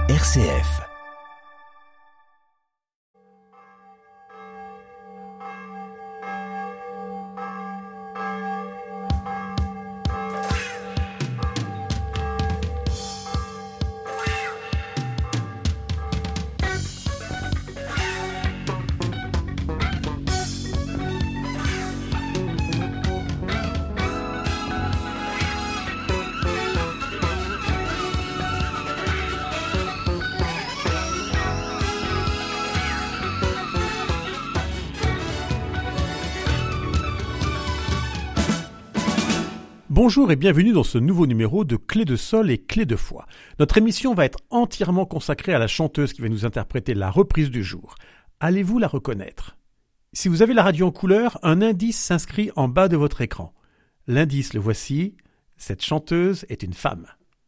RCF. Bonjour et bienvenue dans ce nouveau numéro de Clé de Sol et Clé de Foi. Notre émission va être entièrement consacrée à la chanteuse qui va nous interpréter la reprise du jour. Allez-vous la reconnaître ? Si vous avez la radio en couleur, un indice s'inscrit en bas de votre écran. L'indice, le voici, cette chanteuse est une femme.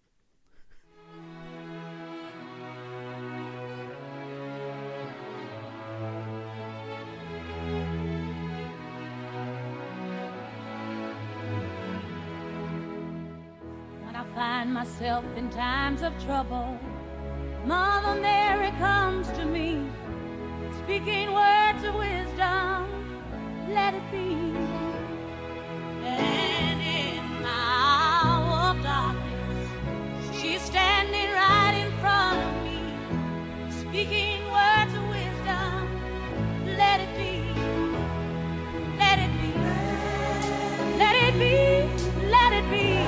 Find myself in times of trouble, Mother Mary comes to me, speaking words of wisdom, let it be. And in my hour of darkness, she's standing right in front of me, speaking words of wisdom, let it be. Let it be. Let it be. Let it be.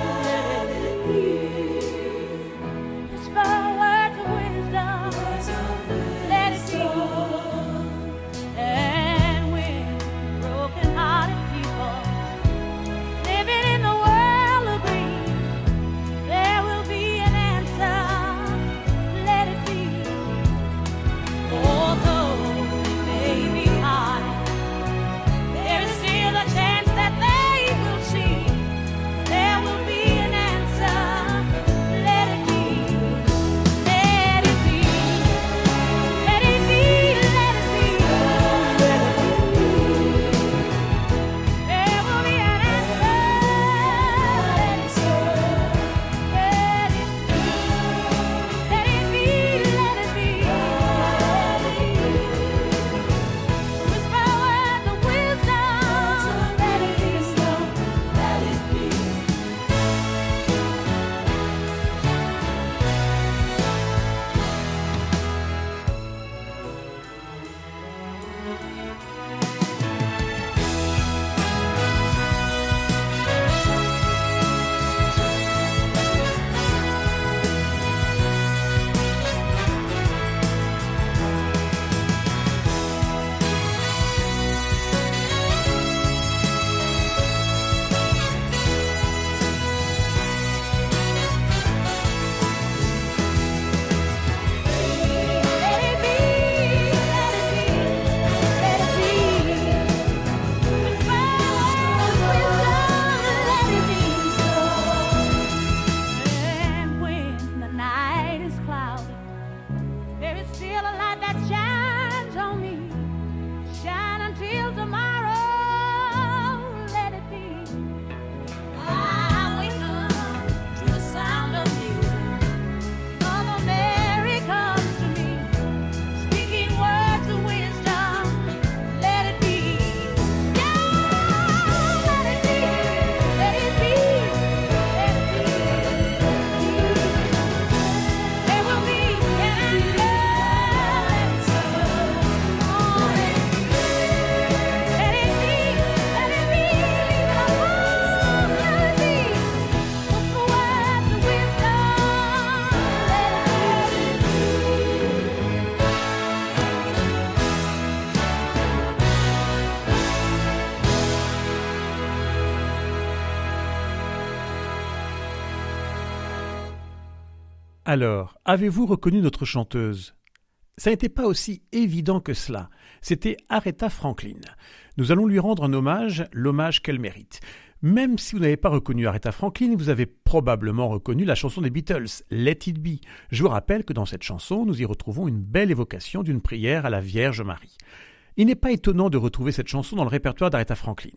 Alors, avez-vous reconnu notre chanteuse ? Ça n'était pas aussi évident que cela. C'était Aretha Franklin. Nous allons lui rendre un hommage, l'hommage qu'elle mérite. Même si vous n'avez pas reconnu Aretha Franklin, vous avez probablement reconnu la chanson des Beatles, Let It Be. Je vous rappelle que dans cette chanson, nous y retrouvons une belle évocation d'une prière à la Vierge Marie. Il n'est pas étonnant de retrouver cette chanson dans le répertoire d'Aretha Franklin.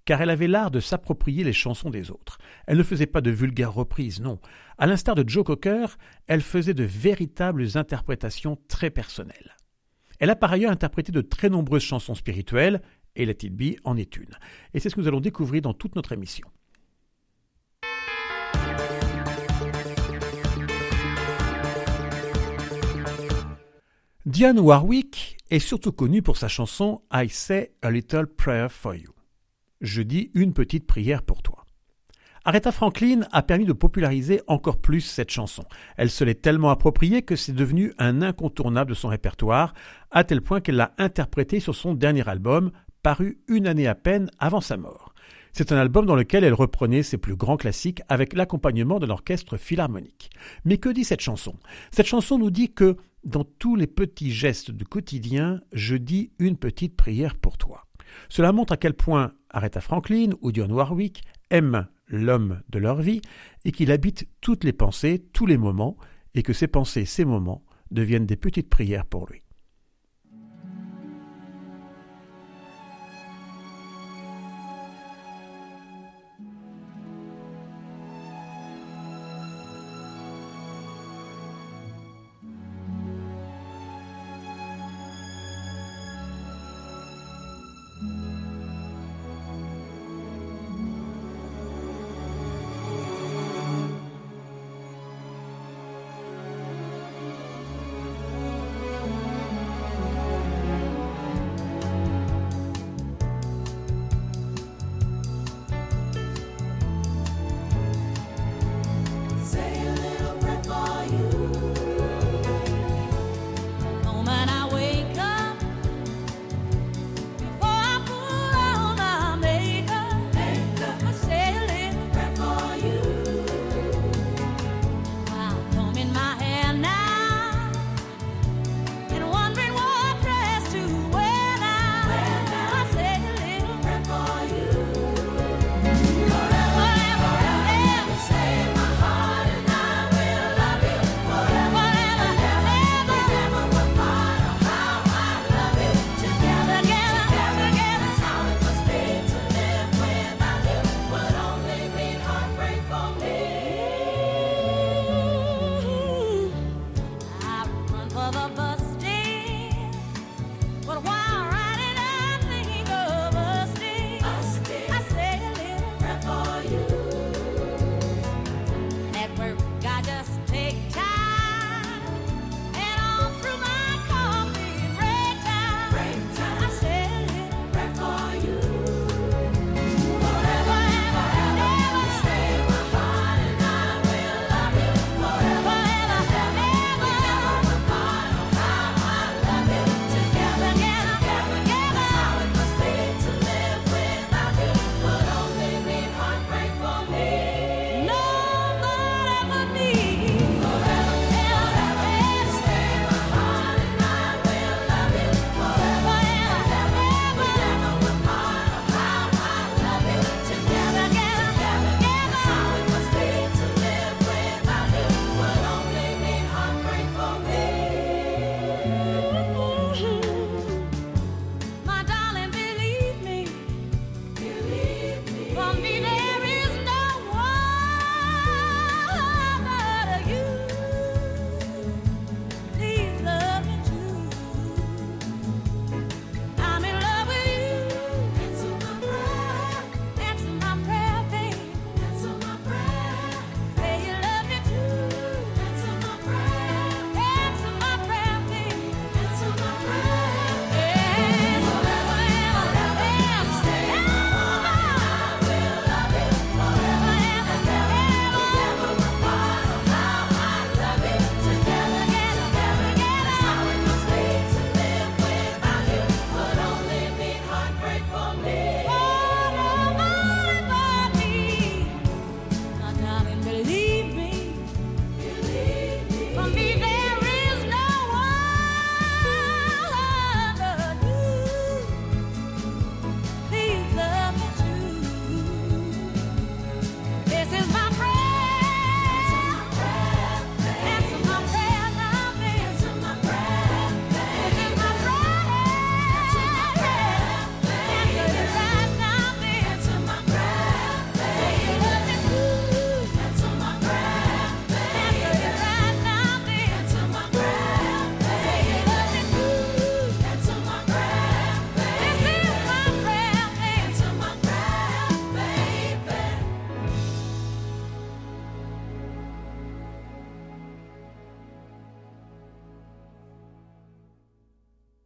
car elle avait l'art de s'approprier les chansons des autres. Elle ne faisait pas de vulgaires reprises, non. À l'instar de Joe Cocker, elle faisait de véritables interprétations très personnelles. Elle a par ailleurs interprété de très nombreuses chansons spirituelles, et Let It Be en est une. Et c'est ce que nous allons découvrir dans toute notre émission. Dionne Warwick est surtout connue pour sa chanson « I Say a Little Prayer for You ». Je dis une petite prière pour toi. Aretha Franklin a permis de populariser encore plus cette chanson. Elle se l'est tellement appropriée que c'est devenu un incontournable de son répertoire, à tel point qu'elle l'a interprétée sur son dernier album, paru une année à peine avant sa mort. C'est un album dans lequel elle reprenait ses plus grands classiques avec l'accompagnement de l'orchestre philharmonique. Mais que dit cette chanson ? Cette chanson nous dit que, dans tous les petits gestes du quotidien, je dis une petite prière pour toi. Cela montre à quel point Aretha Franklin ou Dionne Warwick aiment l'homme de leur vie et qu'il habite toutes les pensées, tous les moments, et que ces pensées, ces moments, deviennent des petites prières pour lui.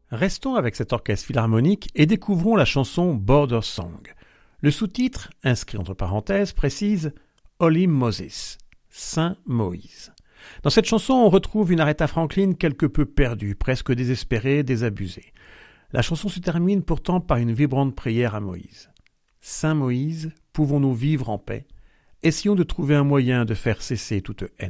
Restons avec cet orchestre philharmonique et découvrons la chanson Border Song. Le sous-titre, inscrit entre parenthèses, précise « Holy Moses », Saint Moïse. Dans cette chanson, on retrouve une Aretha Franklin quelque peu perdue, presque désespérée, désabusée. La chanson se termine pourtant par une vibrante prière à Moïse. « Saint Moïse, pouvons-nous vivre en paix ? Essayons de trouver un moyen de faire cesser toute haine. »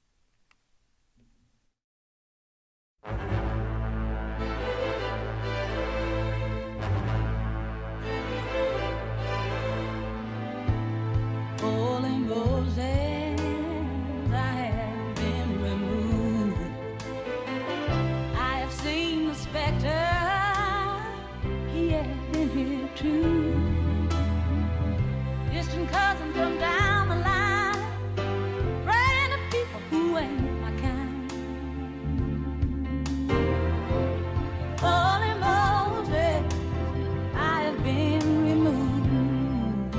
Distant cousin from down the line, praying to people who ain't my kind. Holy Moses, I have been removed.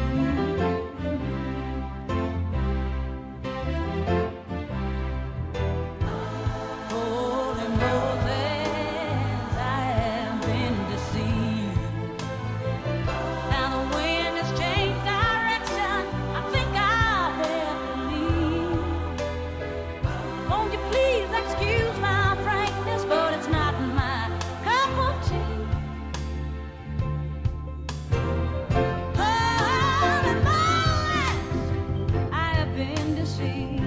Holy Moses, I have been deceived. Now the wind has changed direction, I think I'll have to leave. Won't you please excuse my frankness, but it's not my cup of tea. Holy Moses, I have been deceived.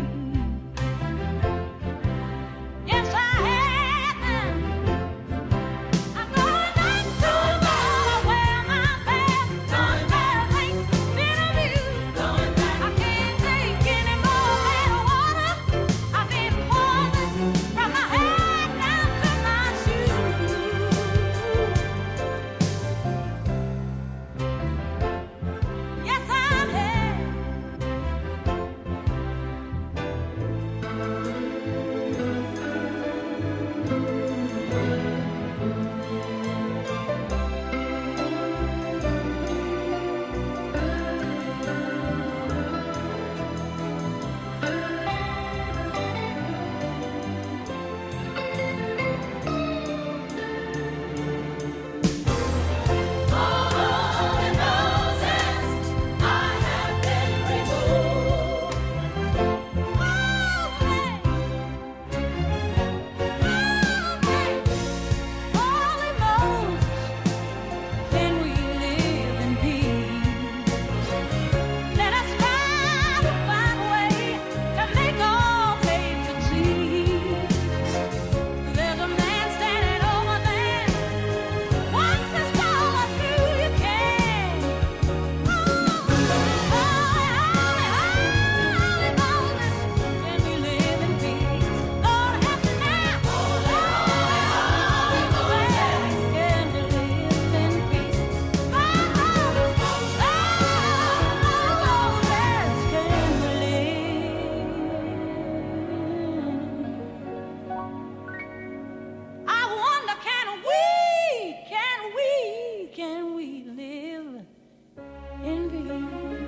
Yes, I have. I'm going back to the where my past ain't been abused. I can't take any more bad water. I've been poisoned from my head down to my shoes. Yes, I have. Holy Moses, I have been removed. Holy Moses, can we live in peace? Let us try to find a way to make all hatred cease. There's a man standing over there. What's the star through your can? Holy Moses, can we live in peace? Lord, help me now. Holy Moses, can we live in peace? Holy Moses, can we live? I wonder, can we live in peace?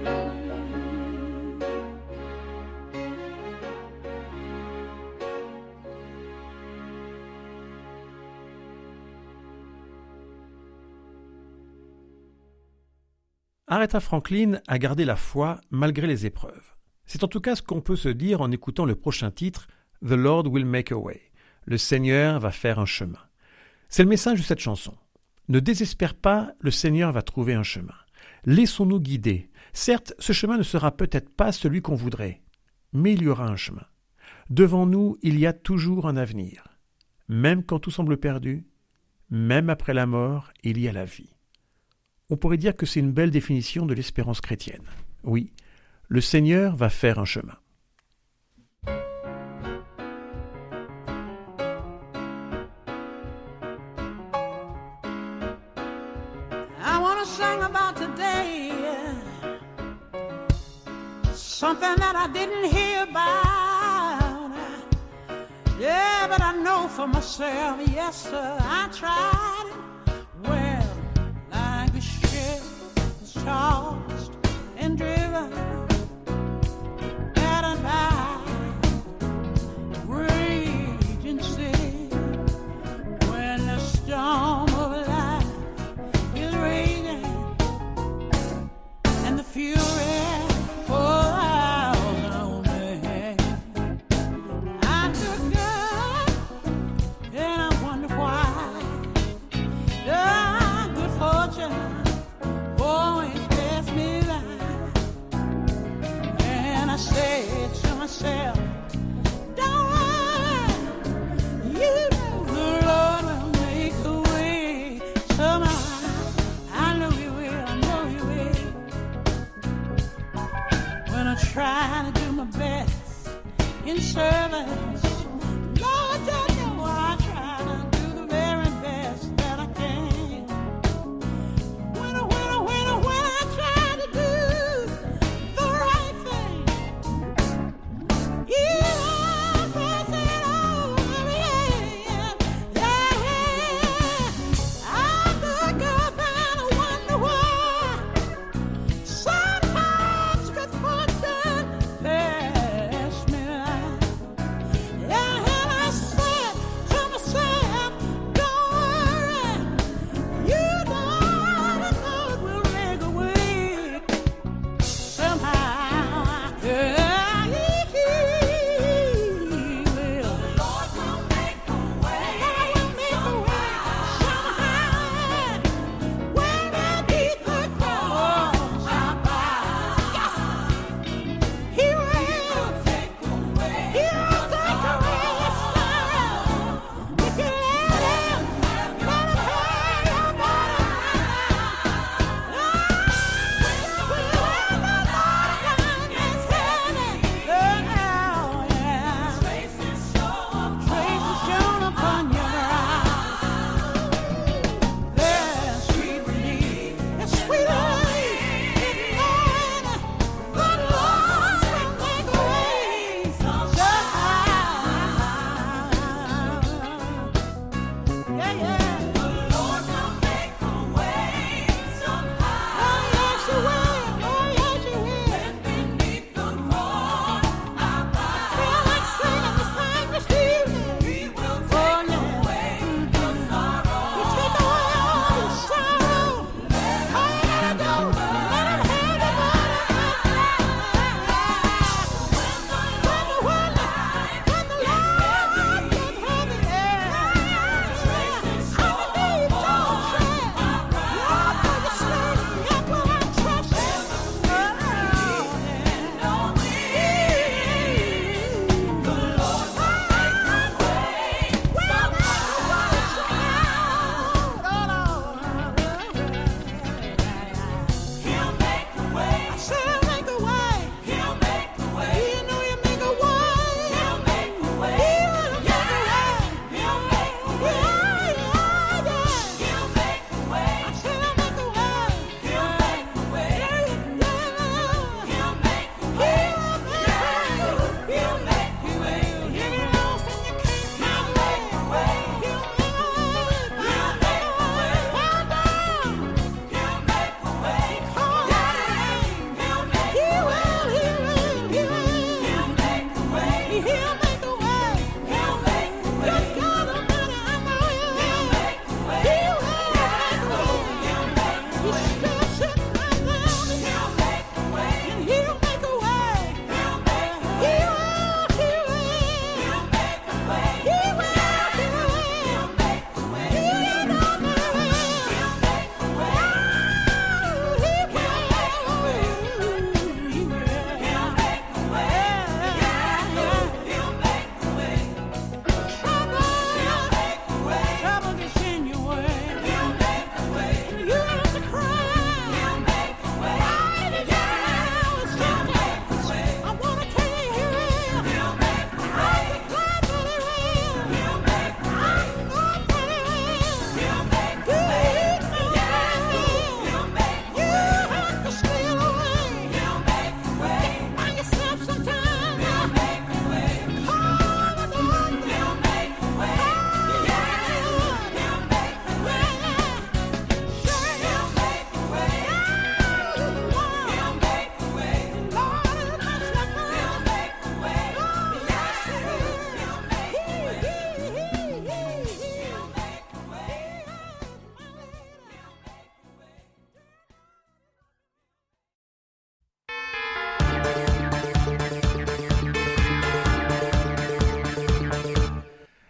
Aretha Franklin a gardé la foi malgré les épreuves. C'est en tout cas ce qu'on peut se dire en écoutant le prochain titre, « The Lord will make a way ». Le Seigneur va faire un chemin. C'est le message de cette chanson. Ne désespère pas, le Seigneur va trouver un chemin. Laissons-nous guider. Certes, ce chemin ne sera peut-être pas celui qu'on voudrait, mais il y aura un chemin. Devant nous, il y a toujours un avenir. Même quand tout semble perdu, même après la mort, il y a la vie. On pourrait dire que c'est une belle définition de l'espérance chrétienne. Oui, le Seigneur va faire un chemin. I want to sing about today, something that I didn't hear about. Yeah, but I know for myself, yes sir, I tried it. Well, like a ship was tossed and driven, battered by raging sea, when the storm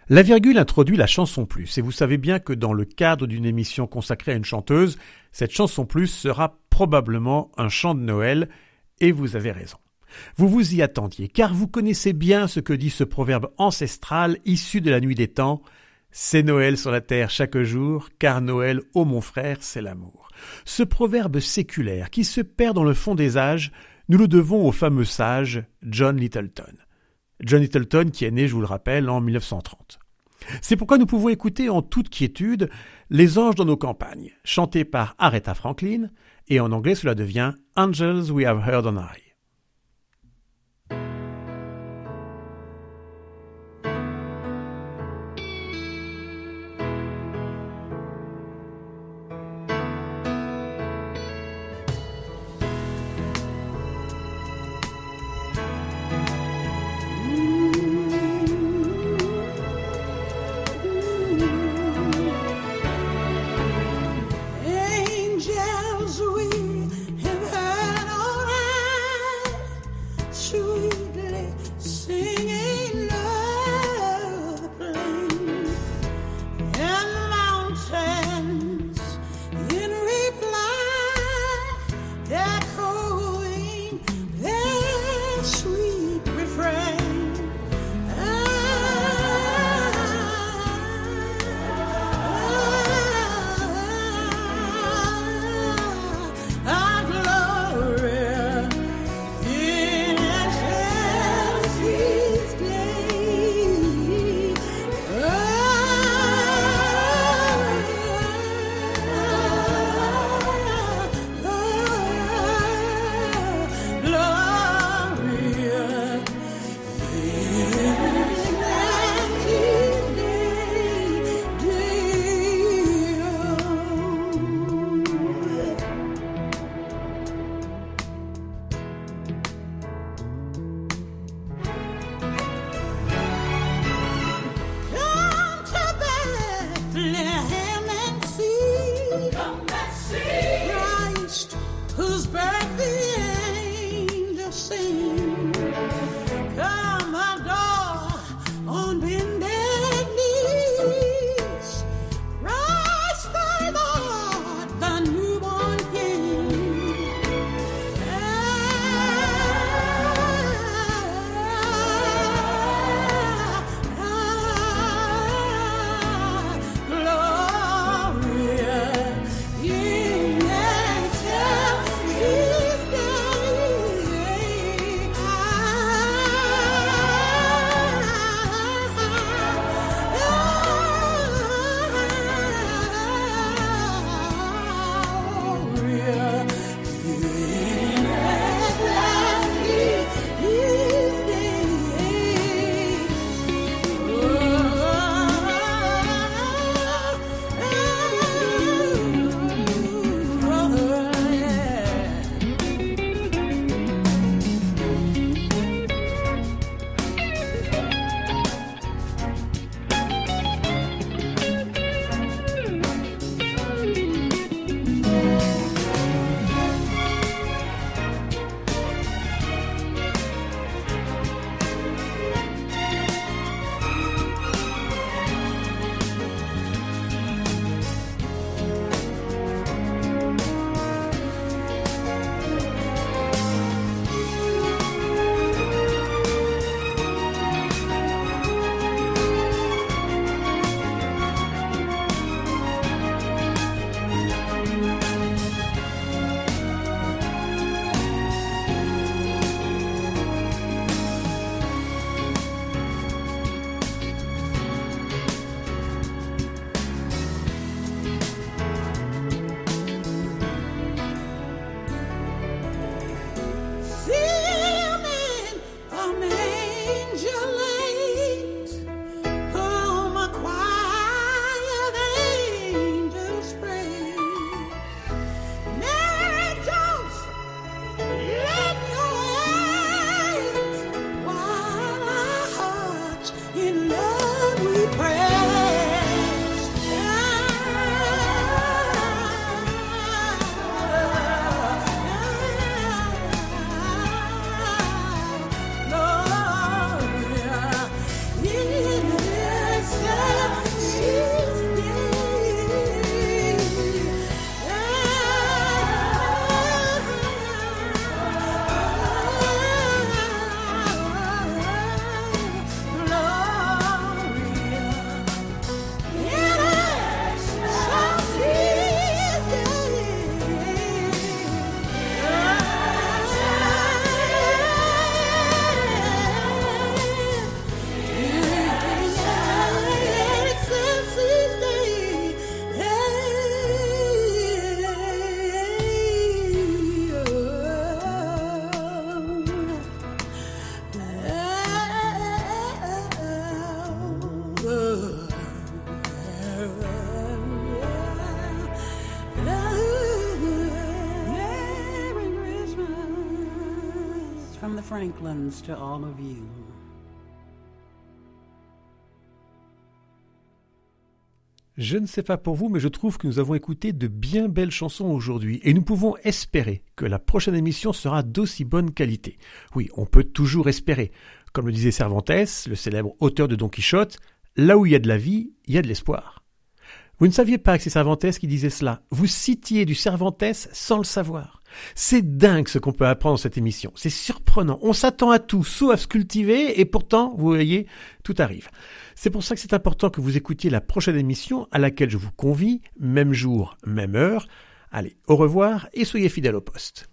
La virgule introduit la chanson plus, et vous savez bien que dans le cadre d'une émission consacrée à une chanteuse, cette chanson plus sera probablement un chant de Noël, et vous avez raison. Vous vous y attendiez, car vous connaissez bien ce que dit ce proverbe ancestral issu de la nuit des temps. C'est Noël sur la terre chaque jour, car Noël, ô mon frère, c'est l'amour. Ce proverbe séculaire qui se perd dans le fond des âges, nous le devons au fameux sage John Littleton. John Littleton qui est né, je vous le rappelle, en 1930. C'est pourquoi nous pouvons écouter en toute quiétude Les anges dans nos campagnes, chanté par Aretha Franklin, et en anglais cela devient Angels We Have Heard on High. Angels we have heard on high. Franklins to all of you. Je ne sais pas pour vous, mais je trouve que nous avons écouté de bien belles chansons aujourd'hui et nous pouvons espérer que la prochaine émission sera d'aussi bonne qualité. Oui, on peut toujours espérer. Comme le disait Cervantes, le célèbre auteur de Don Quichotte, là où il y a de la vie, il y a de l'espoir. Vous ne saviez pas que c'est Cervantes qui disait cela. Vous citiez du Cervantes sans le savoir. C'est dingue ce qu'on peut apprendre dans cette émission. C'est surprenant. On s'attend à tout, sauf à se cultiver, et pourtant, vous voyez, tout arrive. C'est pour ça que c'est important que vous écoutiez la prochaine émission à laquelle je vous convie, même jour, même heure. Allez, au revoir et soyez fidèles au poste.